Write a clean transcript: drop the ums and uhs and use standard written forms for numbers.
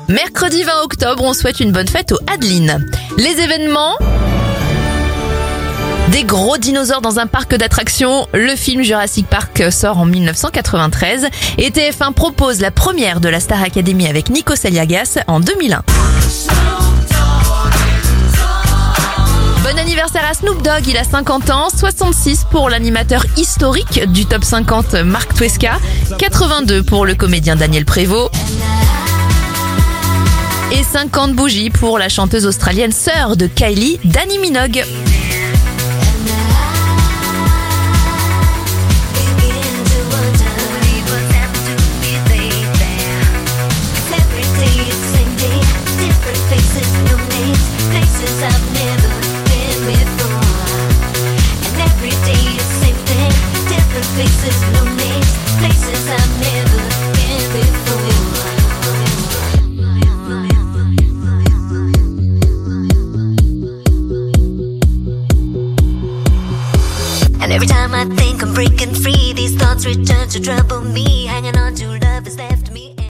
Mercredi 20 octobre, on souhaite une bonne fête aux Adelines. Les événements... Des gros dinosaures dans un parc d'attractions. Le film Jurassic Park sort en 1993 et TF1 propose la première de la Star Academy avec Nico Aliagas en 2001. Bon anniversaire à Snoop Dogg, il a 50 ans, 66 pour l'animateur historique du Top 50 Mark Twaska, 82 pour le comédien Daniel Prévost et 50 bougies pour la chanteuse australienne sœur de Kylie, Dannii Minogue. And every time I think I'm breaking free, these thoughts return to trouble me. Hanging on to love is left me.